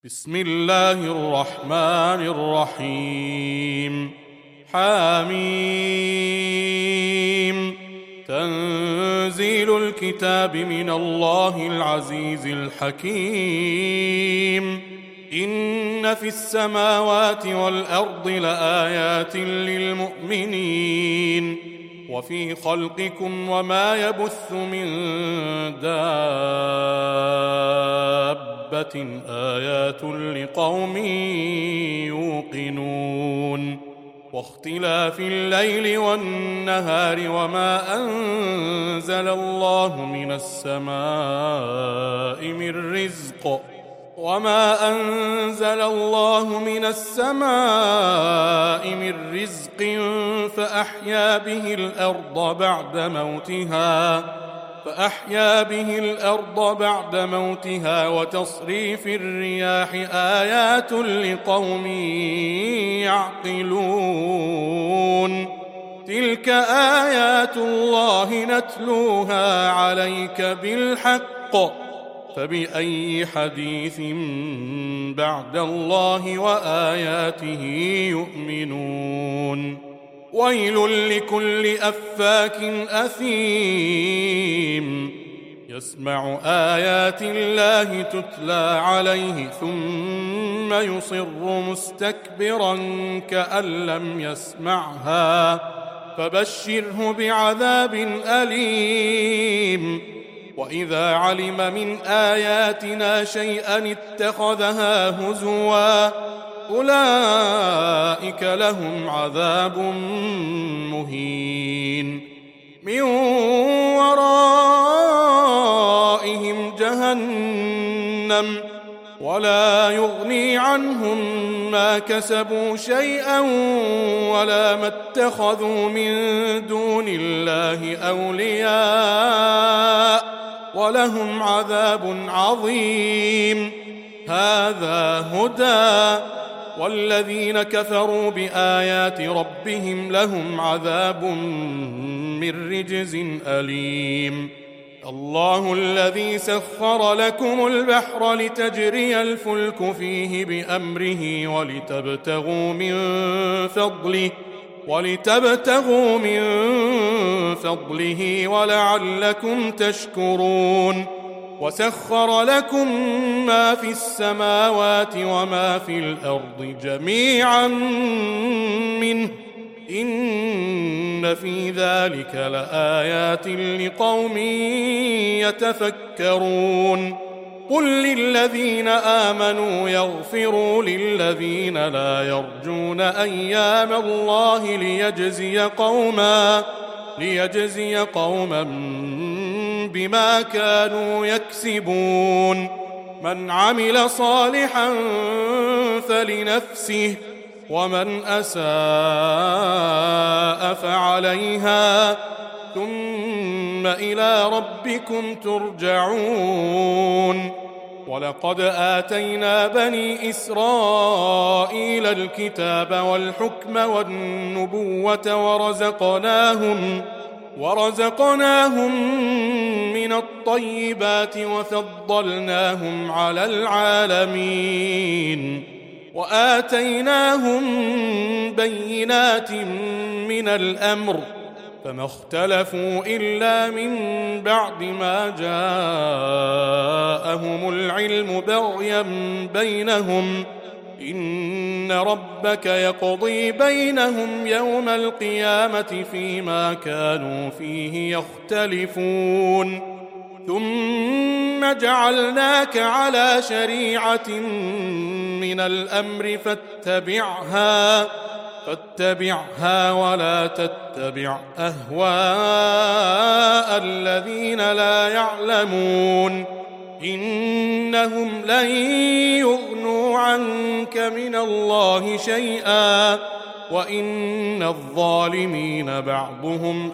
بسم الله الرحمن الرحيم. حميم. تنزيل الكتاب من الله العزيز الحكيم. إن في السماوات والأرض لآيات للمؤمنين وفي خلقكم وما يبث من دابة آيات لقوم يوقنون. واختلاف الليل والنهار وما أنزل الله من السماء من رزق فأحيا به الأرض بعد موتها وتصريف الرياح آيات لقوم يعقلون. تلك آيات الله نتلوها عليك بالحق فبأي حديث بعد الله وآياته يؤمنون. ويل لكل أفاك أثيم يسمع آيات الله تتلى عليه ثم يصر مستكبرا كأن لم يسمعها فبشره بعذاب أليم. وإذا علم من آياتنا شيئا اتخذها هزوا أولئك لهم عذاب مهين. من ورائهم جهنم ولا يغني عنهم ما كسبوا شيئا ولا ما اتخذوا من دون الله أولياء ولهم عذاب عظيم. هذا هدى والذين كفروا بآيات ربهم لهم عذاب من رجز أليم. الله الذي سخر لكم البحر لتجري الفلك فيه بأمره ولتبتغوا من فضله ولعلكم تشكرون. وسخر لكم ما في السماوات وما في الأرض جميعا منه إن في ذلك لآيات لقوم يتفكرون. قل للذين آمنوا يغفروا للذين لا يرجون أيام الله ليجزي قوما بما كانوا يكسبون. من عمل صالحا فلنفسه ومن أساء فعليها ثم إلى ربكم ترجعون. ولقد آتينا بني إسرائيل الكتاب والحكم والنبوة ورزقناهم من الطيبات وفضلناهم على العالمين وآتيناهم بينات من الأمر فما اختلفوا إلا من بعد ما جاءهم العلم بغيا بينهم إن ربك يقضي بينهم يوم القيامة فيما كانوا فيه يختلفون. ثم جعلناك على شريعة من الأمر فاتبعها ولا تتبع أهواء الذين لا يعلمون إنهم لن يغنوا عنك من الله شيئا وإن الظالمين بعضهم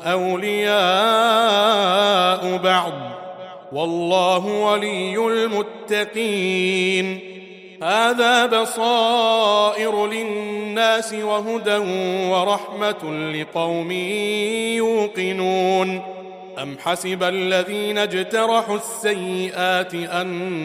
أولياء بعض والله ولي المتقين. هذا بصائر للناس وهدى ورحمة لقوم يوقنون. أم حسب الذين اجترحوا السيئات أن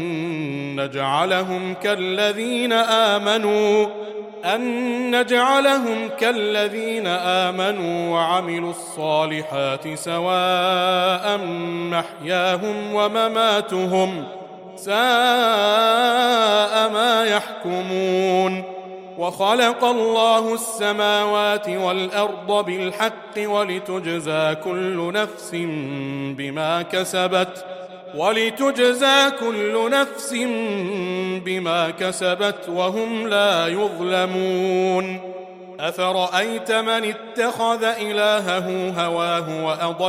نجعلهم كالذين آمنوا وعملوا الصالحات سواء محياهم ومماتهم ساء ما يحكمون. وخلق الله السماوات والأرض بالحق ولتجزى كل نفس بما كسبت وهم لا يظلمون. أفرأيت من اتخذ إلهه هواه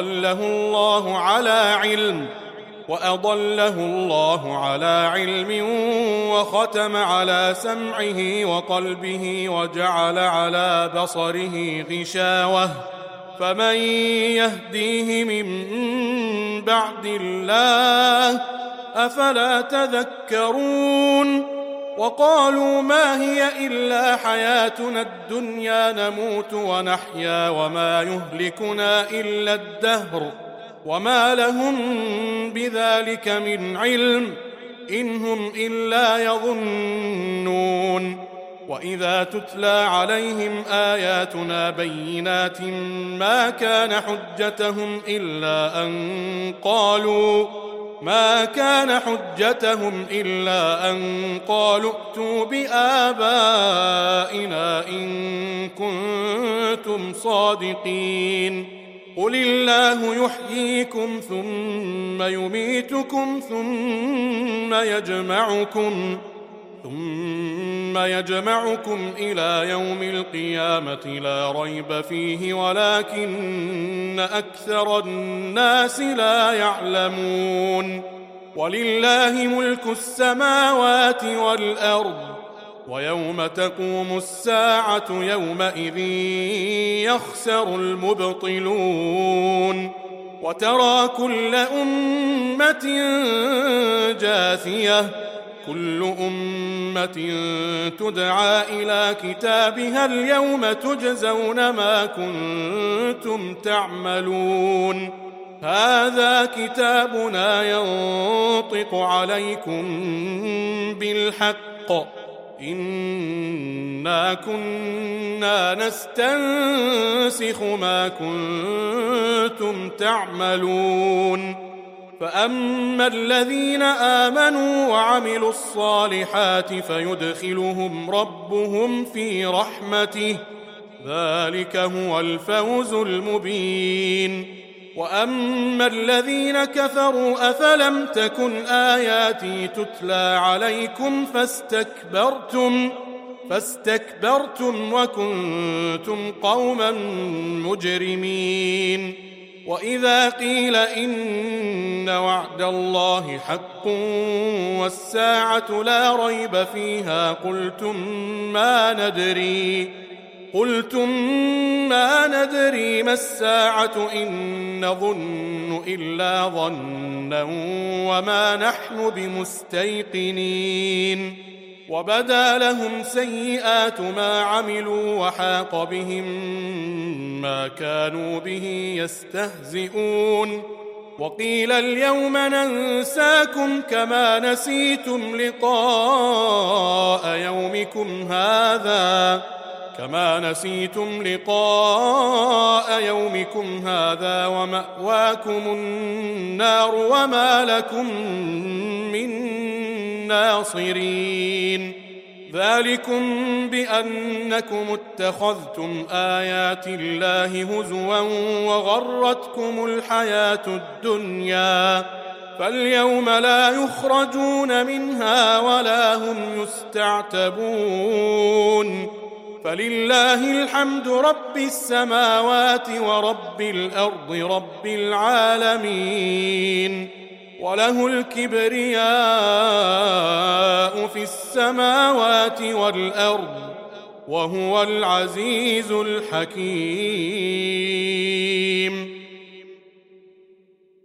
وأضله الله على علم وختم على سمعه وقلبه وجعل على بصره غشاوة فمن يهديه من بعد الله أفلا تذكرون. وقالوا ما هي إلا حياتنا الدنيا نموت ونحيا وما يهلكنا إلا الدهر وما لهم بذلك من علم إن هم إلا يظنون. وإذا تتلى عليهم آياتنا بينات ما كان حجتهم إلا أن قالوا ائتوا بآبائنا إن كنتم صادقين. قل الله يحييكم ثم يميتكم ثم يجمعكم إلى يوم القيامة لا ريب فيه ولكن أكثر الناس لا يعلمون. ولله ملك السماوات والأرض ويوم تقوم الساعة يومئذ يخسر المبطلون. وترى كل أمة جاثية كل أمة تدعى إلى كتابها اليوم تجزون ما كنتم تعملون. هذا كتابنا ينطق عليكم بالحق إنا كنا نستنسخ ما كنتم تعملون. فأما الذين آمنوا وعملوا الصالحات فيدخلهم ربهم في رحمته ذلك هو الفوز المبين. وأما الذين كفروا أفلم تكن آياتي تتلى عليكم فاستكبرتم وكنتم قوما مجرمين. وإذا قيل إن وعد الله حق والساعة لا ريب فيها قلتم ما ندري ما الساعة إن نظن إلا ظنا وما نحن بمستيقنين. وبدا لهم سيئات ما عملوا وحاق بهم ما كانوا به يستهزئون. وقيل اليوم ننساكم كما نسيتم لقاء يومكم هذا ومأواكم النار وما لكم من ناصرين. ذلكم بأنكم اتخذتم آيات الله هزوا وغرتكم الحياة الدنيا فاليوم لا يخرجون منها ولا هم يستعتبون. فلله الحمد رب السماوات ورب الأرض رب العالمين. وله الكبرياء في السماوات والأرض وهو العزيز الحكيم.